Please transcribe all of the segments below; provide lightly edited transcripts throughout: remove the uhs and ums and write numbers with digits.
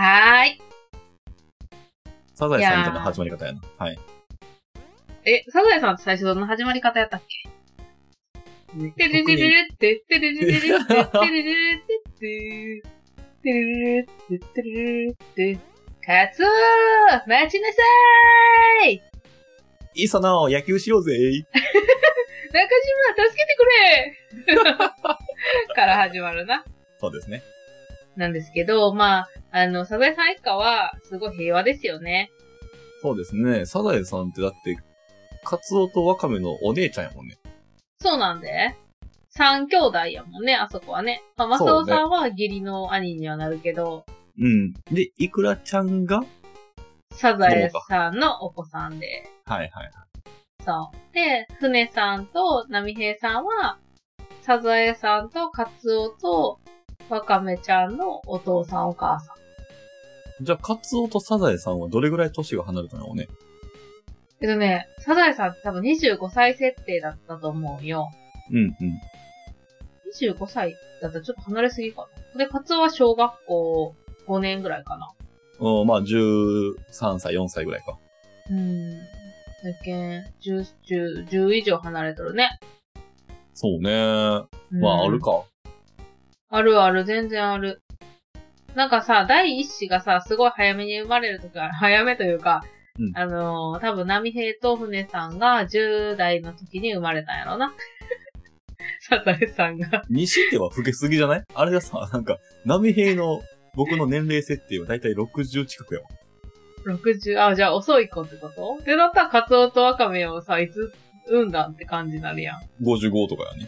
はーい。 サザエさんみたいな始まり方やな。はい。 サザエさんって最初どんな始まり方やったっけ？てるるるるっててるるるるっててるるるっててるるるっててるるるってカツオ待ちなさーい。 いいさな、野球しようぜ。 中島助けてくれから始まるな。 そうですね。 なんですけど、サザエさん一家はすごい平和ですよね。 そうですね。サザエさんってだって、カツオとワカメのお姉ちゃんやもんね。 そうなんで。三兄弟やもんね、あそこはね。マサオさんは義理の兄にはなるけど。 うん。で、イクラちゃんがサザエさんのお子さんで。 はいはいはい。 そう。で、船さんと波平さんは、サザエさんとカツオとワカメちゃんのお父さんお母さん。 じゃあ、カツオとサザエさんはどれぐらい年が離れたのね。 サザエさんって多分25歳設定だったと思うよ。 うんうん。 25歳だったらちょっと離れすぎかな。で、カツオは小学校5年ぐらいかな。 まあ、13歳、4歳ぐらいか。 だけん、10以上離れとるね。 そうね。まあ、あるか。 あるある、全然ある。なんかさ、第一子がさ、すごい早めに生まれるときは、早めというか、多分、波平と船さんが10代の時に生まれたんやろな。サザエさんが。 にしては老けすぎじゃない？あれがさ、なんか、波平の僕の年齢設定はだいたい60近くやわ。 60、じゃあ遅い子ってこと？で、だったらカツオとワカメをさ、いつ産んだって感じになるやん。 55とかやね。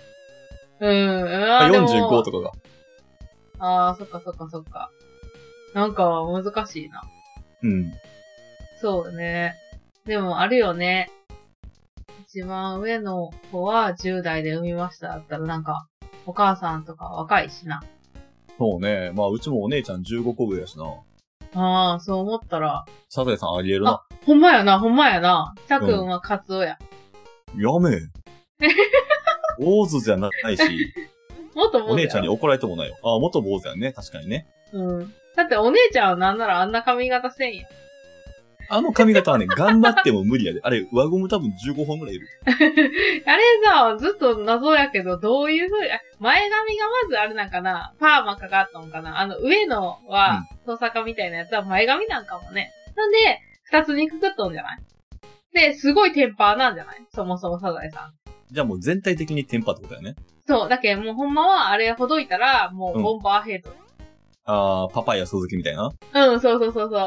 45 とかが。 そっかそっかそっか。なんか難しいな。 うん。 そうね。でもあるよね。一番上の子は10代で産みましただったらなんか、お母さんとか若いしな。 そうね。まあ、うちもお姉ちゃん15個上やしな。 そう思ったら。 サザエさんありえるな。 ほんまやな。ひたくんはカツオや。 やめえ。坊主じゃないし。 元坊主。 お姉ちゃんに怒られてもないよ。元坊主やね。確かにね。 だってお姉ちゃんはなんならあんな髪型せんやん。 あの髪型はね、頑張っても無理やで。あれ、輪ゴム多分15本ぐらいいる。 あれさ、ずっと謎やけど、どういう風に、前髪がまずあれなんかな？パーマかかったのかな？上のは、トサカみたいなやつは前髪なんかもね。なんで、二つにくくっとんじゃない？で、すごいテンパーなんじゃない？そもそもサザエさん。 じゃあもう全体的にテンパってことだよね。 そう、だけどもうほんまはあれほどいたら、もうボンバーヘイト。 パパイヤ鈴木みたいな。 そう。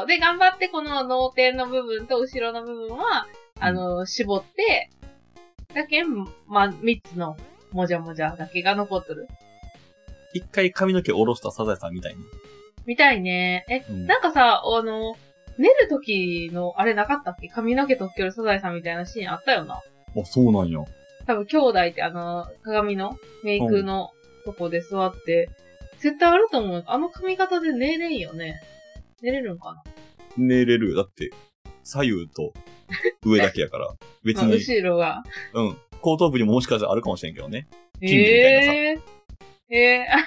で、頑張ってこの脳天の部分と後ろの部分は、絞って、だけん、三つのもじゃもじゃだけが残っとる。 一回髪の毛下ろしたサザエさんみたいに。 みたいね。なんかさ、寝る時のあれなかったっけ？髪の毛とっけるサザエさんみたいなシーンあったよな。 そうなんや。 多分兄弟って鏡のメイクのとこで座って、絶対あると思う。あの髪型で寝れんよね。寝れるんかな？ 寝れる。だって、左右と上だけやから。別に。 後ろが。 後頭部にももしかしたらあるかもしれんけどね。金魚みたいなさ。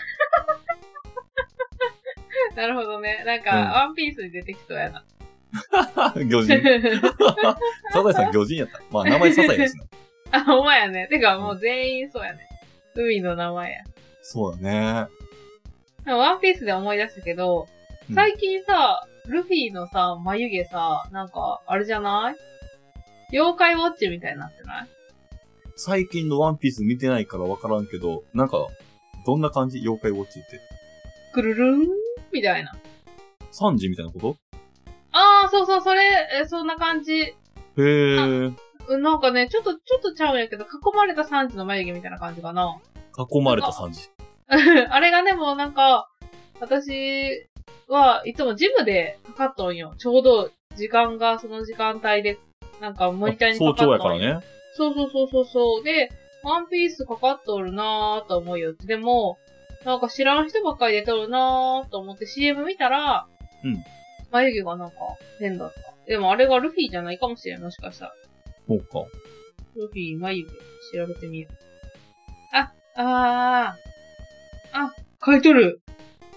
なるほどね。なんか、ワンピースに出てきそうやな。 魚人。サザエさん魚人やった。まあ名前サザエですね。 ほんまやね。てかもう全員そうやね。海の名前や。 そうだね。 ワンピースで思い出したけど、最近さ、ルフィのさ、眉毛さ、なんか、あれじゃない？妖怪ウォッチみたいになってない？ 最近のワンピース見てないからわからんけど、なんか、どんな感じ？妖怪ウォッチって。 くるるんみたいな。 サンジみたいなこと？ そう、そんな感じ。 へー。 なんかね、ちょっとちゃうんやけど、囲まれたサンジの眉毛みたいな感じかな。 囲まれたサンジ。 あれがね、もうなんか、私はいつもジムでかかっとんよ。ちょうど時間がその時間帯で、なんかモニターにかかっとんよ。 早朝やからね。 そう。で、ワンピースかかっとるなーと思うよ。でも、なんか知らん人ばっかり出とるなーと思って CM 見たら、眉毛がなんか変だった。でもあれがルフィじゃないかもしれん、もしかしたら。 そうか。 ルフィ眉毛調べてみよう。書いとる。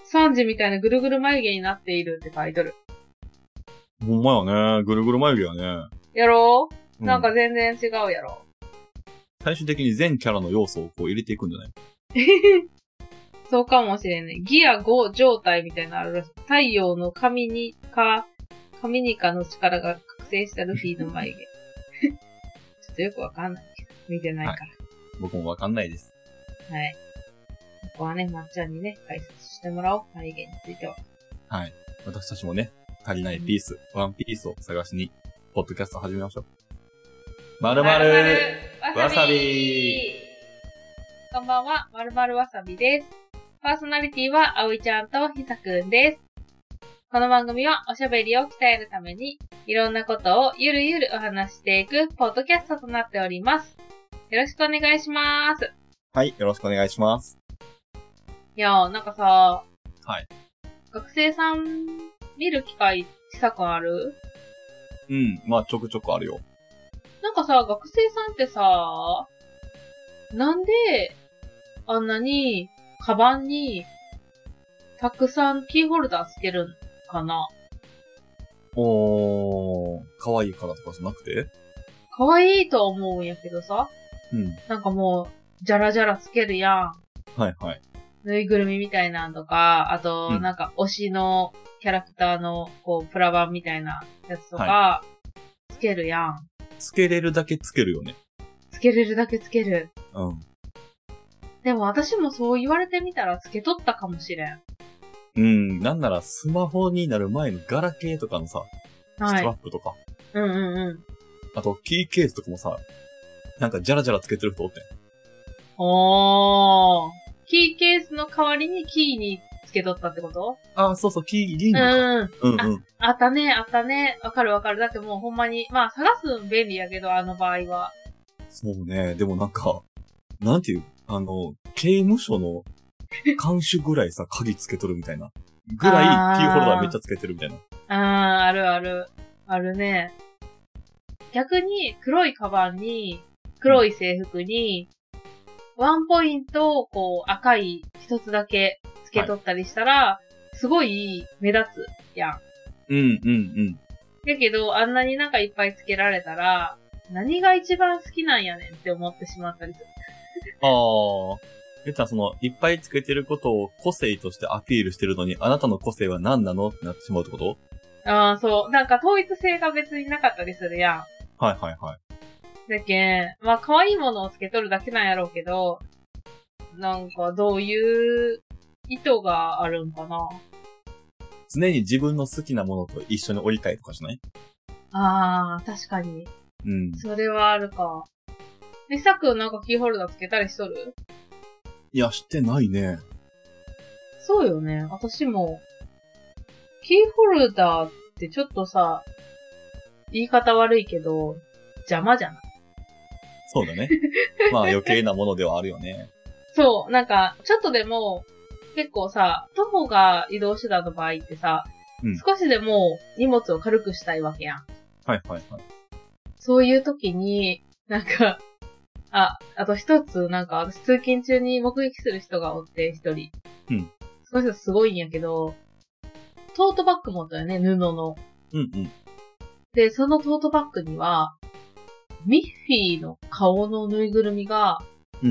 サンジみたいなぐるぐる眉毛になっているって書いとる。 ほんまやね。ぐるぐる眉毛やね。 やろう、 うんなんか全然違うやろ。 最終的に全キャラの要素をこう入れていくんじゃない？ そうかもしれんね。ギア5状態みたいなのあるらしい。太陽のカミニカの力が覚醒したルフィの眉毛。ちょっとよくわかんないけど、見てないから。 僕もわかんないです。 はい。ここはね、まっちゃんにね、解説してもらおう。眉毛については。 はい。私たちもね、足りないピース、ワンピースを探しに、ポッドキャスト始めましょう。まるまるわさび。 こんばんは、まるまるわさびです。パーソナリティは、あおいちゃんとひさくんです。この番組は、おしゃべりを鍛えるために、いろんなことをゆるゆるお話していく、ポッドキャストとなっております。よろしくお願いします。 はい、よろしくお願いします。 いやー、なんかさ、 はい。 学生さん見る機会、ひさくんある？ うん、まあちょくちょくあるよ。 なんかさ、学生さんってさ、なんで、あんなに、カバンに、たくさんキーホルダーつけるんかな？ 可愛いからとかじゃなくて？ 可愛いとは思うんやけどさ、 うん。 なんかもう、じゃらじゃらつけるやん。 はいはい。 ぬいぐるみみたいなんとか、あと、 うんなんか推しのキャラクターの、こう、プラ版みたいなやつとか、つけるやん。 つけれるだけつけるよね。 つけれるだけつける。 うん。 でも私もそう言われてみたらつけとったかもしれん。 うん、なんならスマホになる前のガラケーとかのさ、スはい。 トラップとか、 うんうんうん。 あとキーケースとかもさ、なんかジャラジャラつけてる人おってん。 おー。キーケースの代わりにキーにつけとったってこと？ あ、そうそう、キーリングか。 うん。 うんうん。 あったね、あったね。わかるわかる。だってもうほんまに、まあ探すん便利やけど、あの場合は。 そうね、でもなんか、なんていう、刑務所の看守ぐらいさ、鍵つけとるみたいな。ぐらい、キーホルダーめっちゃつけてるみたいな。 あるある。あるね。逆に、黒いカバンに、黒い制服に、ワンポイントをこう赤い一つだけつけとったりしたら、すごい目立つやん。 うんうんうん。 だけど、あんなになんかいっぱいつけられたら、何が一番好きなんやねんって思ってしまったりする。 言ったらいっぱいつけてることを個性としてアピールしてるのに、あなたの個性は何なのってなってしまうってこと？ そう。なんか統一性が別になかったりするやん。 はいはいはい。 だけん、まあ可愛いものをつけとるだけなんやろうけど、なんかどういう意図があるんかな。 常に自分の好きなものと一緒に折り替えとかしない？ 確かに。 うん。 それはあるか。さくんなんかキーホルダーつけたりしとる？ いや、してないね。 そうよね。私も、キーホルダーってちょっとさ、言い方悪いけど、邪魔じゃない？ そうだね。まあ余計なものではあるよね。 そう、なんか、ちょっとでも、結構さ、徒歩が移動手段の場合ってさ、 うん。 少しでも荷物を軽くしたいわけやん。 はいはいはい。 そういう時に、なんか、あと一つ、なんか、私通勤中に目撃する人がおって、一人。 うん。 その人すごいんやけど、トートバッグ持ったよね、布の。 うんうん。 で、そのトートバッグには、ミッフィーの顔のぬいぐるみが、 うん。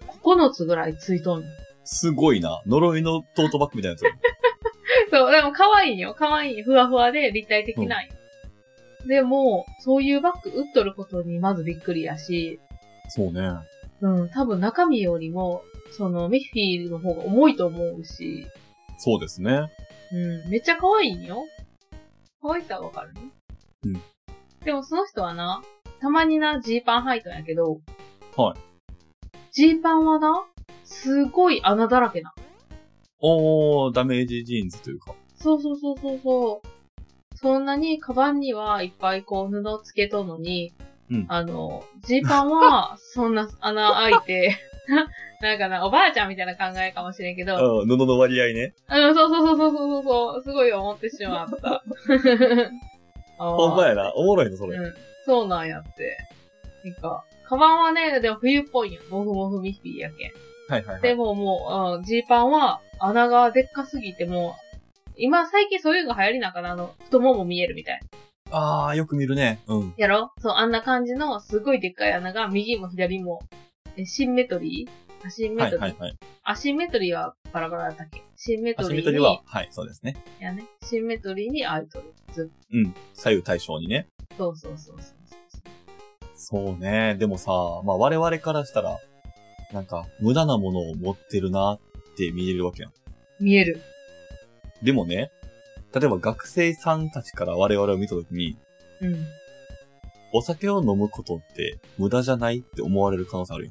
9つぐらいついとんの。 すごいな。呪いのトートバッグみたいなやつ。 そう、でも可愛いよ。可愛い。ふわふわで立体的なんよ。でも、そういうバッグ売っとることにまずびっくりやし、 そうね。 多分中身よりも、そのミッフィーの方が重いと思うし、 そうですね。 めっちゃ可愛いんよ。可愛さはわかるね。 うん。 でもその人はな、たまにな、ジーパン履いたんやけど、 はい。 ジーパンはな、すごい穴だらけな。 ダメージジーンズというか。 そうそうそうそうそう。そんなにカバンにはいっぱいこう布つけとんのに、 うん。 ジーパンはそんな穴開いて、なんかな、おばあちゃんみたいな考えかもしれんけど、 布の割合ね。 そうそうそうそうそうそう、すごい思ってしまった。 ほんまやな。おもろいの、それ。 そうなんやって。なんか、カバンはね、でも冬っぽいよ。モフモフミッフィーやけん。 はいはいはい。 でもう、ジーパンは穴がでっかすぎてもう、今最近そういうのが流行りなんかな、太もも見えるみたい。 あー、よく見るね。うん。 やろそう、あんな感じのすごいでっかい穴が右も左も、シンメトリーアシンメトリー、 はいはいはい。 アシンメトリーはバラバラだったっけシンメアシトリーに、 メトリは、はい、そうですね。 やね。シンメトリーに開いとる。 うん。左右対称にね。 そうそうそうそう。 そうね。でもさ、まあ我々からしたら、なんか、無駄なものを持ってるなって見えるわけやん。 見える。 でもね、例えば学生さんたちから我々を見たときに、 うん。 お酒を飲むことって無駄じゃないって思われる可能性あるよ。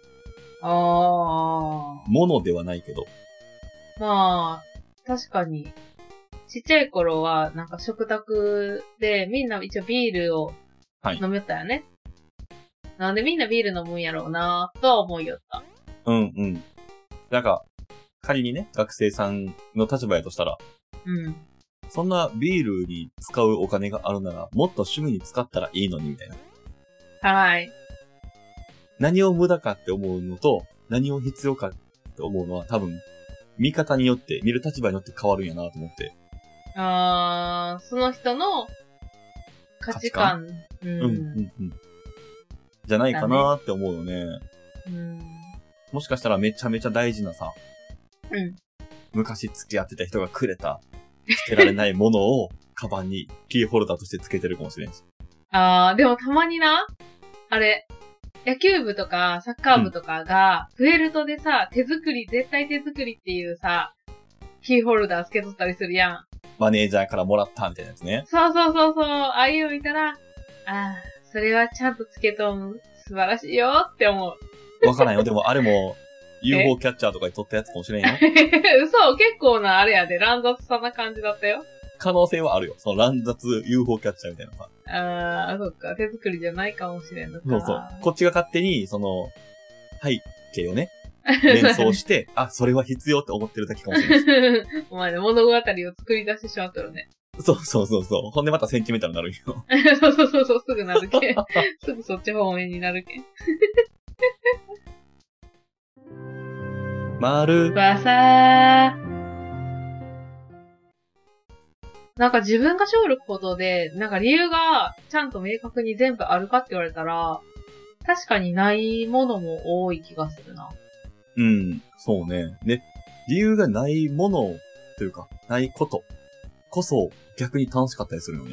あものではないけど。 まあ、確かに、ちっちゃい頃は、なんか食卓でみんな一応ビールをはい飲みよったよね。なんでみんなビール飲むんやろうなとは思いよった。 うんうん。なんか、仮にね、学生さんの立場やとしたら、 うん。 そんなビールに使うお金があるなら、もっと趣味に使ったらいいのに、みたいな。 はい。 何を無駄かって思うのと、何を必要かって思うのは多分、見方によって、見る立場によって変わるんやなと思って。 その人の価値観。 うんうんうん。じゃないかなって思うよね。 うん。 もしかしたらめちゃめちゃ大事なさ、 うん。 昔付き合ってた人がくれた、捨てられないものを、カバンにキーホルダーとして付けてるかもしれんし。 でもたまにな、あれ、野球部とかサッカー部とかが、フェルトでさ、絶対手作りっていうさ、キーホルダー付けとったりするやん。 マネージャーからもらったみたいなやつね。 そうそうそうそう、ああいうの見たら、それはちゃんと付けとん、素晴らしいよって思う。 わからんよ。でもあれも、UFO キャッチャーとかに撮ったやつかもしれんよ。 嘘、結構なあれやで、乱雑さな感じだったよ。 可能性はあるよ。その乱雑 UFO キャッチャーみたいなさ。 そっか、手作りじゃないかもしれんのか。 そうそう。こっちが勝手に、その、背景をね、連想して、それは必要って思ってるだけかもしれない。 お前ね、物語を作り出してしまったよね。 そうそうそうそう。ほんでまたセンチメンタルになるよ。 そうそうそうそう、すぐなるけん。すぐそっち方面になるけん。バサー。なんか自分が勝ることで、なんか理由がちゃんと明確に全部あるかって言われたら、確かにないものも多い気がするな。 うん、そうね。で、理由がないものというか、ないことこそ逆に楽しかったりするよね。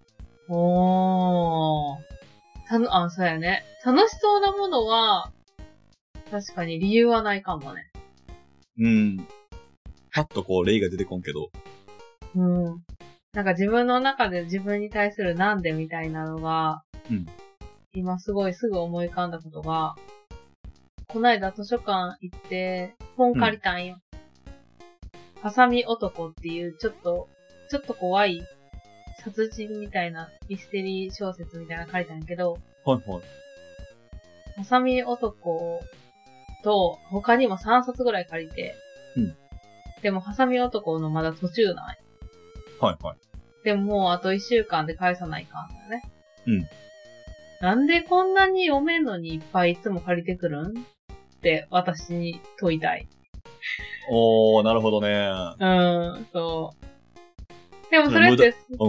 そうやね。楽しそうなものは、確かに理由はないかもね。 うん。パッとこう例が出てこんけど。 うん。なんか自分の中で自分に対するなんでみたいなのが、 うん。 今すごいすぐ思い浮かんだことが、こないだ図書館行って本借りたんよ。ハサミ男っていうちょっと怖い殺人みたいなミステリー小説みたいなの借りたんやけど、 はいはい。 ハサミ男と他にも3冊ぐらい借りて、 うん。 でもハサミ男のまだ途中なんや。 はいはい。 でももうあと1週間で返さないかんだよね。 うん。 なんでこんなに読めんのにいっぱいいつも借りてくるんって私に問いたい。 なるほどね。 そう。でもそれって、 うん。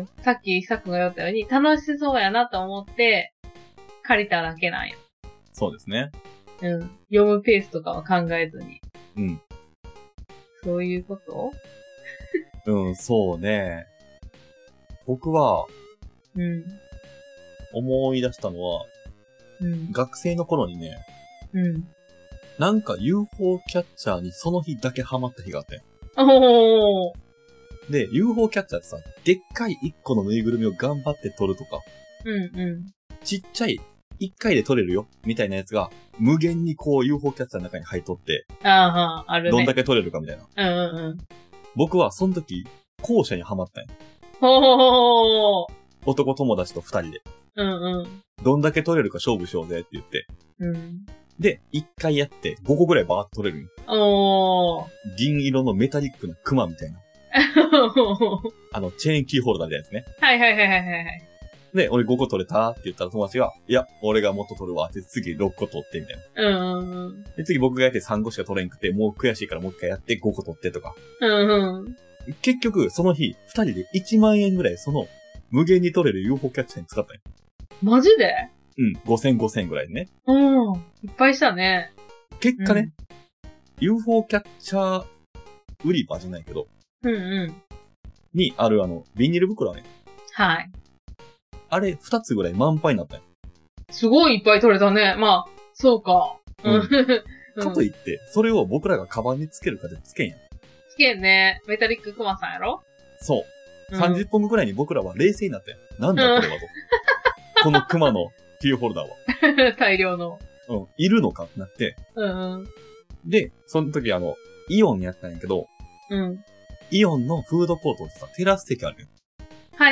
さっき久くんが言ったように楽しそうやなと思って借りただけなんよ。 そうですね。 読むペースとかは考えずに。 うん。 そういうこと？ そうね。僕は、思い出したのは、学生の頃にね、なんか UFO キャッチャーにその日だけハマった日があって。で、UFO キャッチャーってさ、でっかい1個のぬいぐるみを頑張って取るとか、ちっちゃい1回で取れるよ、みたいなやつが、無限にこう UFO キャッチャーの中に入っとって、 あるね。 どんだけ取れるかみたいな。僕はその時、後者にハマったんや。男友達と2人で。どんだけ取れるか勝負しようぜって言って。で、1回やって5個ぐらいバーッと取れるん。銀色のメタリックなクマみたいな。チェーンキーホルダーみたいなやつね。 はい。 で、俺5個取れたって言ったら友達が、いや、俺がもっと取るわって次6個取ってみたいな。で、次僕がやって3個しか取れんくて、もう悔しいからもう一回やって5個取ってとか。結局、その日、2人で1万円ぐらいその無限に取れる UFO キャッチャーに使ったんよ。 マジで 5000ぐらいね。 いっぱいしたね。 結果ね、UFO キャッチャー売り場じゃないけど、にあるビニール袋ね。 はい。 あれ、2つぐらい満杯になったんよ。 すごいいっぱい取れたね。まあ、そうか。 かといって、それを僕らがカバンにつけるかでつけんやん。 つけんね。メタリッククマさんやろ？ そう。30本ぐらいに僕らは冷静になって、なんだこれはと。このクマのキーホルダーは。 大量の。 いるのかってなって。で、その時イオンやったんやけど、イオンのフードコートってさ、テラス席あるよ。 はい。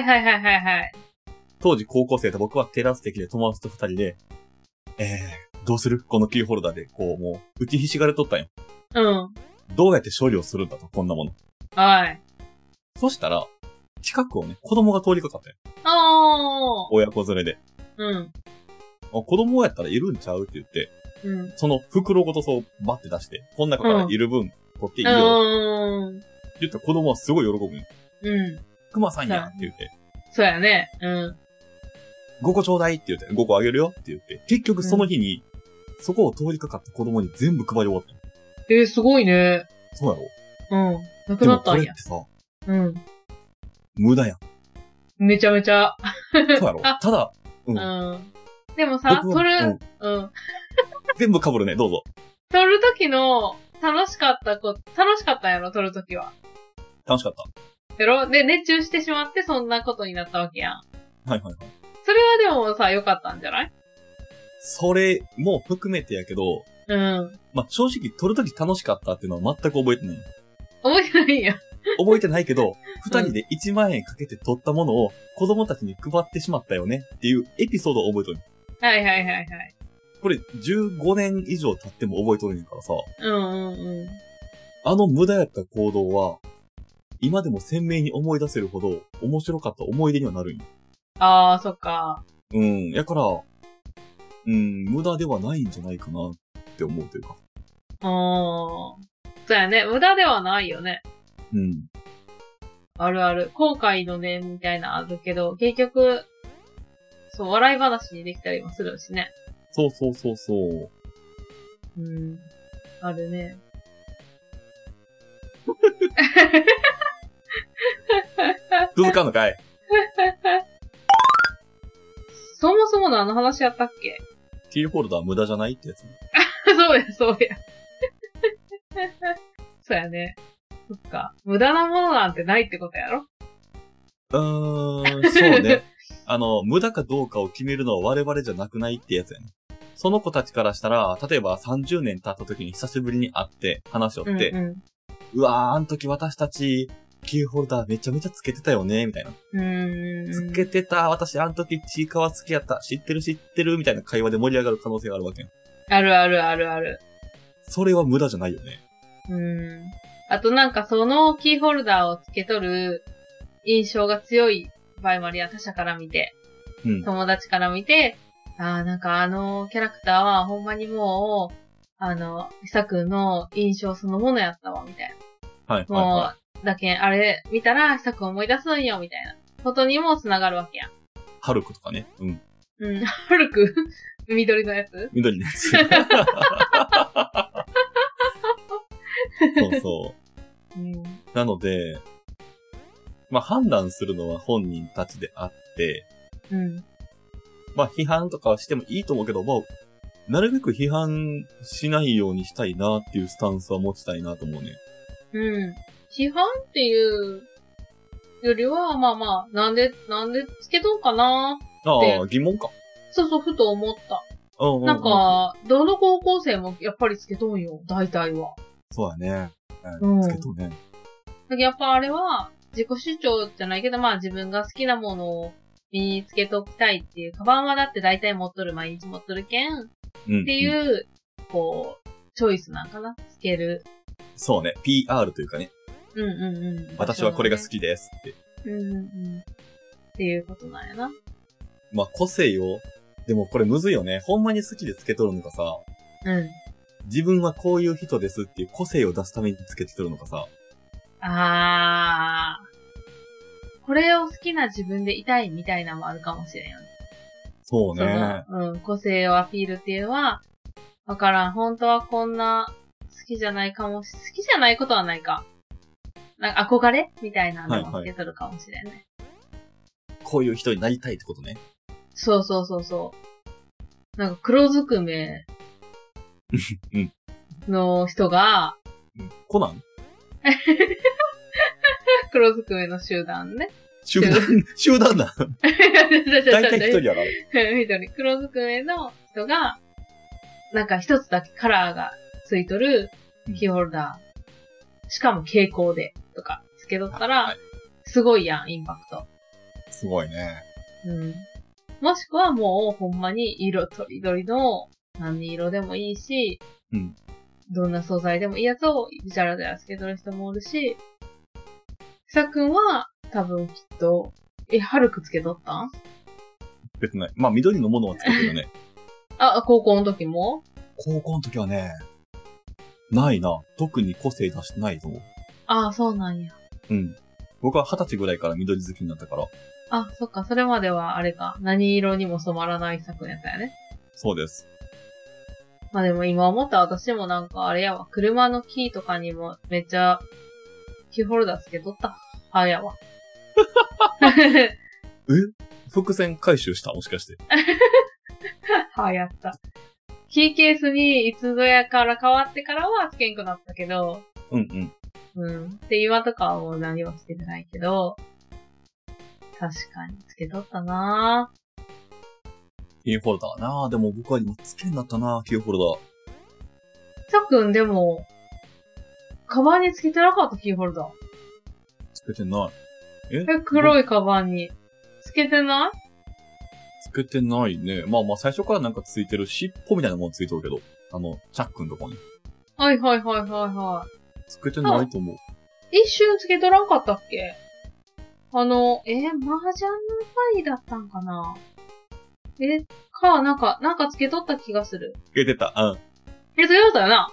当時高校生と僕はテラス席で友達と2人で、どうするこのキーホルダーで、こう、もう、打ちひしがれとったんよ。どうやって処理をするんだと、こんなもの。 はい。 そしたら、近くをね、子供が通りかかったよ。親子連れで。子供やったらいるんちゃうって言って、その袋ごとそうバッて出して、この中からいる分取っていいよ。って言ったら子供はすごい喜ぶんよ。クマさんやって言って。 そうやね。 5個ちょうだいって言って、5個あげるよって言って、結局その日に、そこを通りかかった子供に全部配り終わったよ。 すごいね。 そうやろ？ なくなったんや。 でもこれってさ、無駄やん。 めちゃめちゃ。 そうやろ？ただ、 でもさ、 全部被るね、どうぞ。 撮るときの楽しかったんやろ、撮るときは。 楽しかった。 やろ？で、熱中してしまってそんなことになったわけやん。 はい。 それはでもさ、良かったんじゃない？ それも含めてやけど、まあ、正直撮るとき楽しかったっていうのは全く覚えてない。 覚えてないんや。 覚えてないけど、二人で1万円かけて撮ったものを子供たちに配ってしまったよねっていうエピソードを覚えとる。 はい。 これ15年以上経っても覚えとるんやからさ。無駄やった行動は、今でも鮮明に思い出せるほど面白かった思い出にはなるんよ。 ああ、そっか。 やから、無駄ではないんじゃないかなって思うというか。 そうやね。無駄ではないよね。あるある。後悔の念みたいなあるけど、結局、そう、笑い話にできたりもするしね。 そう。 あるね。 続かんのかい？ そもそも何の話やったっけ？ キーホルダー無駄じゃないってやつね。 そうや。そうやね。そっか。無駄なものなんてないってことやろ？ そうね。無駄かどうかを決めるのは我々じゃなくないってやつやね。その子たちからしたら、例えば30年経った時に久しぶりに会って話しをって、うわー、あの時私たち、キーホルダーめちゃめちゃつけてたよね、みたいな。つけてた、私あの時ちいかわ好きやった、知ってる、みたいな会話で盛り上がる可能性があるわけやん。 ある。 それは無駄じゃないよね。 あとなんかそのキーホルダーをつけとる印象が強い場合もあるやん、他者から見て。友達から見て、なんかキャラクターはほんまにもう、ひさくんの印象そのものやったわ、みたいな。 はい。 もう、だけん、あれ見たらひさくん思い出すんよ、みたいなことにも繋がるわけやん。 ハルクとかね。 ハルク緑のやつ？ 緑のやつ。そう。なので、まあ判断するのは本人たちであって、まあ批判とかはしてもいいと思うけど、まあ、なるべく批判しないようにしたいなっていうスタンスは持ちたいなと思うね。 批判っていうよりは、まあ、なんでつけとんかなって。 疑問か。 そう、ふと思った。なんか、どの高校生もやっぱりつけとんよ、大体は。 そうだね。つけとんね。 だけどやっぱあれは、自己主張じゃないけど、まあ自分が好きなものを身につけときたいっていう、カバンはだって大体毎日持っとるけん、っていう、こう、チョイスなんかな、つける。 そうね、PR というかね。私はこれが好きですって。 っていうことなんやな。 まあ、個性を、でもこれむずいよね。ほんまに好きでつけとるのかさ、 うん。 自分はこういう人ですっていう個性を出すためにつけてとるのかさ。 これを好きな自分でいたいみたいなのもあるかもしれんよね。 そうね。 個性をアピールっていうのは、わからん。本当はこんな好きじゃないことはないか。なんか憧れみたいなのをつけとるかもしれんね。 こういう人になりたいってことね。 そうそうそうそう。なんか黒ずくめの人が、 コナン黒ずくめの集団ね。 集団だ。大体一人やろ。 一人。黒ずくめの人が、なんか一つだけカラーがついとるキーホルダー。しかも蛍光で、とか、つけとったら、すごいやん、インパクト。 すごいね。 もしくはもう、ほんまに色とりどりの、何色でもいいし、どんな素材でもいいやつを、じゃらじゃらつけとる人もおるし、さくんは、多分きっと、ハルクつけとったん？ つけてない。まあ、緑のものはつけてるね。 高校の時も？ 高校の時はね、ないな。特に個性出してないと思う。 そうなんや。 僕は20歳ぐらいから緑好きになったから。 そっか、それまではあれか。何色にも染まらない作やったよね。 そうです。 まあでも今思った私もなんかあれやわ。車のキーとかにもめっちゃ、キーホルダーつけとった派やわ。 伏線回収したもしかして。 やった。キーケースにいつぞやから変わってからはつけんくなったけど。で、今とかはもう何もつけてないけど、確かにつけとったなぁ。 キーホルダーなぁ。でも僕は今つけんなったなぁ、キーホルダー。 さっくんでも、カバンにつけてなかったキーホルダー。 つけてない。 黒いカバンに。つけてない？ つけてないね。まあまあ最初からなんかついてる尻尾みたいなものついてるけど、チャックのとこに。 はい。 つけてないと思う。 一瞬つけとらんかったっけ？麻雀のパイだったんかな？なんかつけとった気がする。 つけてた。 つけとったよな。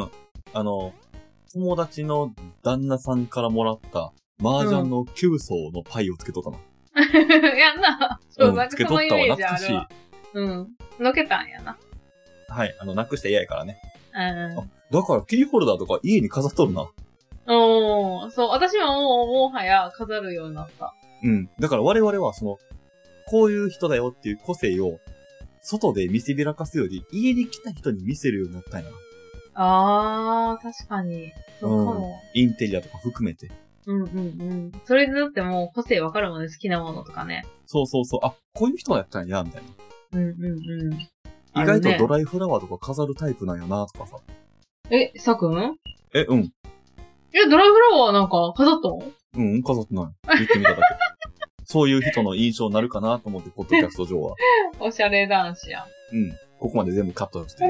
友達の旦那さんからもらった麻雀の9層のパイをつけとったの。 やんな。そう、なんかつけとったわ、懐かしい。 のけたんやな。 はい、なくして嫌やからね。 だからキーホルダーとか家に飾っとるな。 そう、私はもはや飾るようになった。 だから我々はこういう人だよっていう個性を、外で見せびらかすより、家に来た人に見せるようになったんやな。確かに。そうかも。 インテリアとか含めて。 それでだってもう個性わかるもんね、好きなものとかね。 そう。こういう人がやったんや、みたいな。 意外とドライフラワーとか飾るタイプなんやな、とかさ。 さくん？ ドライフラワーなんか飾ったの？ 飾ってない。言ってみただけ。そういう人の印象になるかなと思って、ポッドキャスト上は。 おしゃれ男子やん。 ここまで全部カットして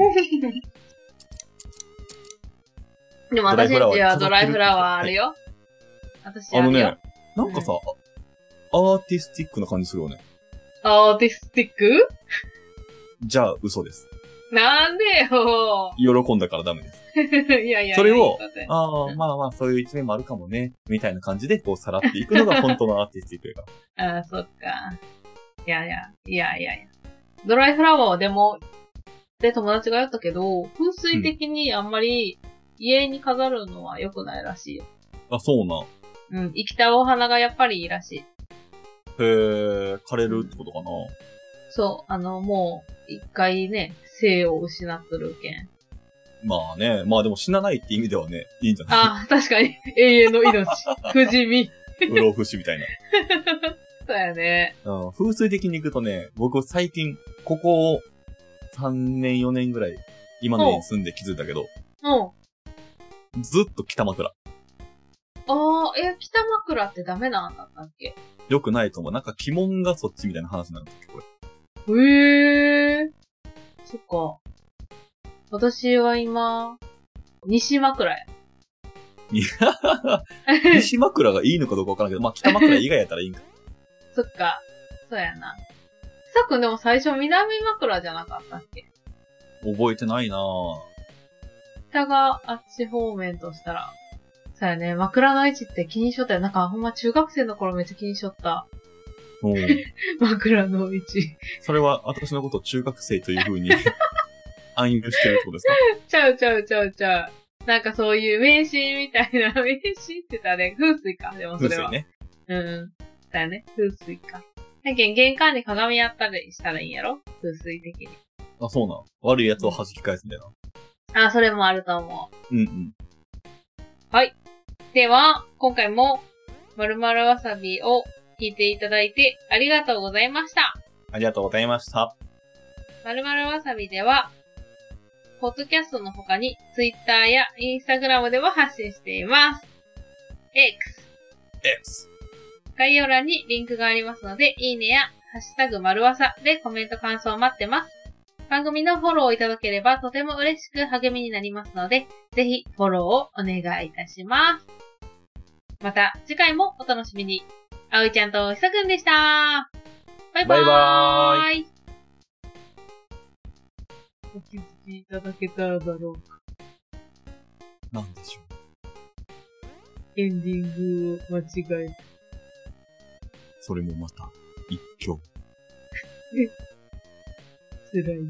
でも私たちはドライフラワーあるよ。私あるよ。 なんかさ、アーティスティックな感じするよね。 アーティスティック？ じゃあ、嘘です。 なんでよ。 喜んだからダメです。 いや。 それを、まあ、そういう一面もあるかもね、みたいな感じで、さらっていくのが本当のアーティスティックやから。そっか。いや。ドライフラワーでも、友達がやったけど、風水的にあんまり家に飾るのは良くないらしいよ。 そうな。 生きたお花がやっぱりいいらしい。 枯れるってことかな。 そう、もう、一回ね、生を失っとるけん。 まあね、まあでも死なないって意味ではね、いいんじゃない？確かに。永遠の命。不死身。 不老不死みたいな。 そうやね。 風水的に行くとね、僕最近、ここ3年4年ぐらい、今の家に住んで気づいたけど、ずっと北枕。 北枕ってダメなんだったっけ？ よくないと思う。なんか鬼門がそっちみたいな話なんだっけ、これ。 そっか。私は今、西枕や。 西枕がいいのかどうかわからんけど、まあ北枕以外やったらいいんか。 そっか。そうやな。ささくんでも最初南枕じゃなかったっけ？ 覚えてないなぁ。 北があっち方面としたら。そうやね。枕の位置って気にしとったよ。なんかほんま中学生の頃めっちゃ気にしとった。枕の位置。 それは私のことを中学生という風に暗喩してるってことですか？ ちゃう。なんかそういう迷信みたいな、迷信って言ったらね、風水か。でもそれは。風水ね。だよね。風水か。だけん玄関に鏡あったりしたらいいんやろ？風水的に。 あ、そうな。悪いやつを弾き返すんだよな。あ、それもあると思う。うんうん。 はい。では、今回も、〇〇わさびを聞いていただいてありがとうございました。 ありがとうございました。 〇〇わさびでは、ポッドキャストの他に、ツイッターやインスタグラムでも発信しています。 X。 概要欄にリンクがありますので、いいねや、ハッシュタグ〇わさでコメント感想を待ってます。番組のフォローをいただければとても嬉しく励みになりますので、ぜひフォローをお願いいたします。また次回もお楽しみに。あおいちゃんとひさくんでした。バイバーイ。バイバーイ。お気づきいただけたらだろうか。 なんでしょう。エンディングを間違えた。 それもまた一挙。 辛い。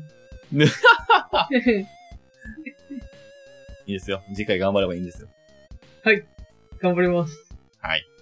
いいですよ。次回頑張ればいいんですよ。 はい。頑張ります。 はい。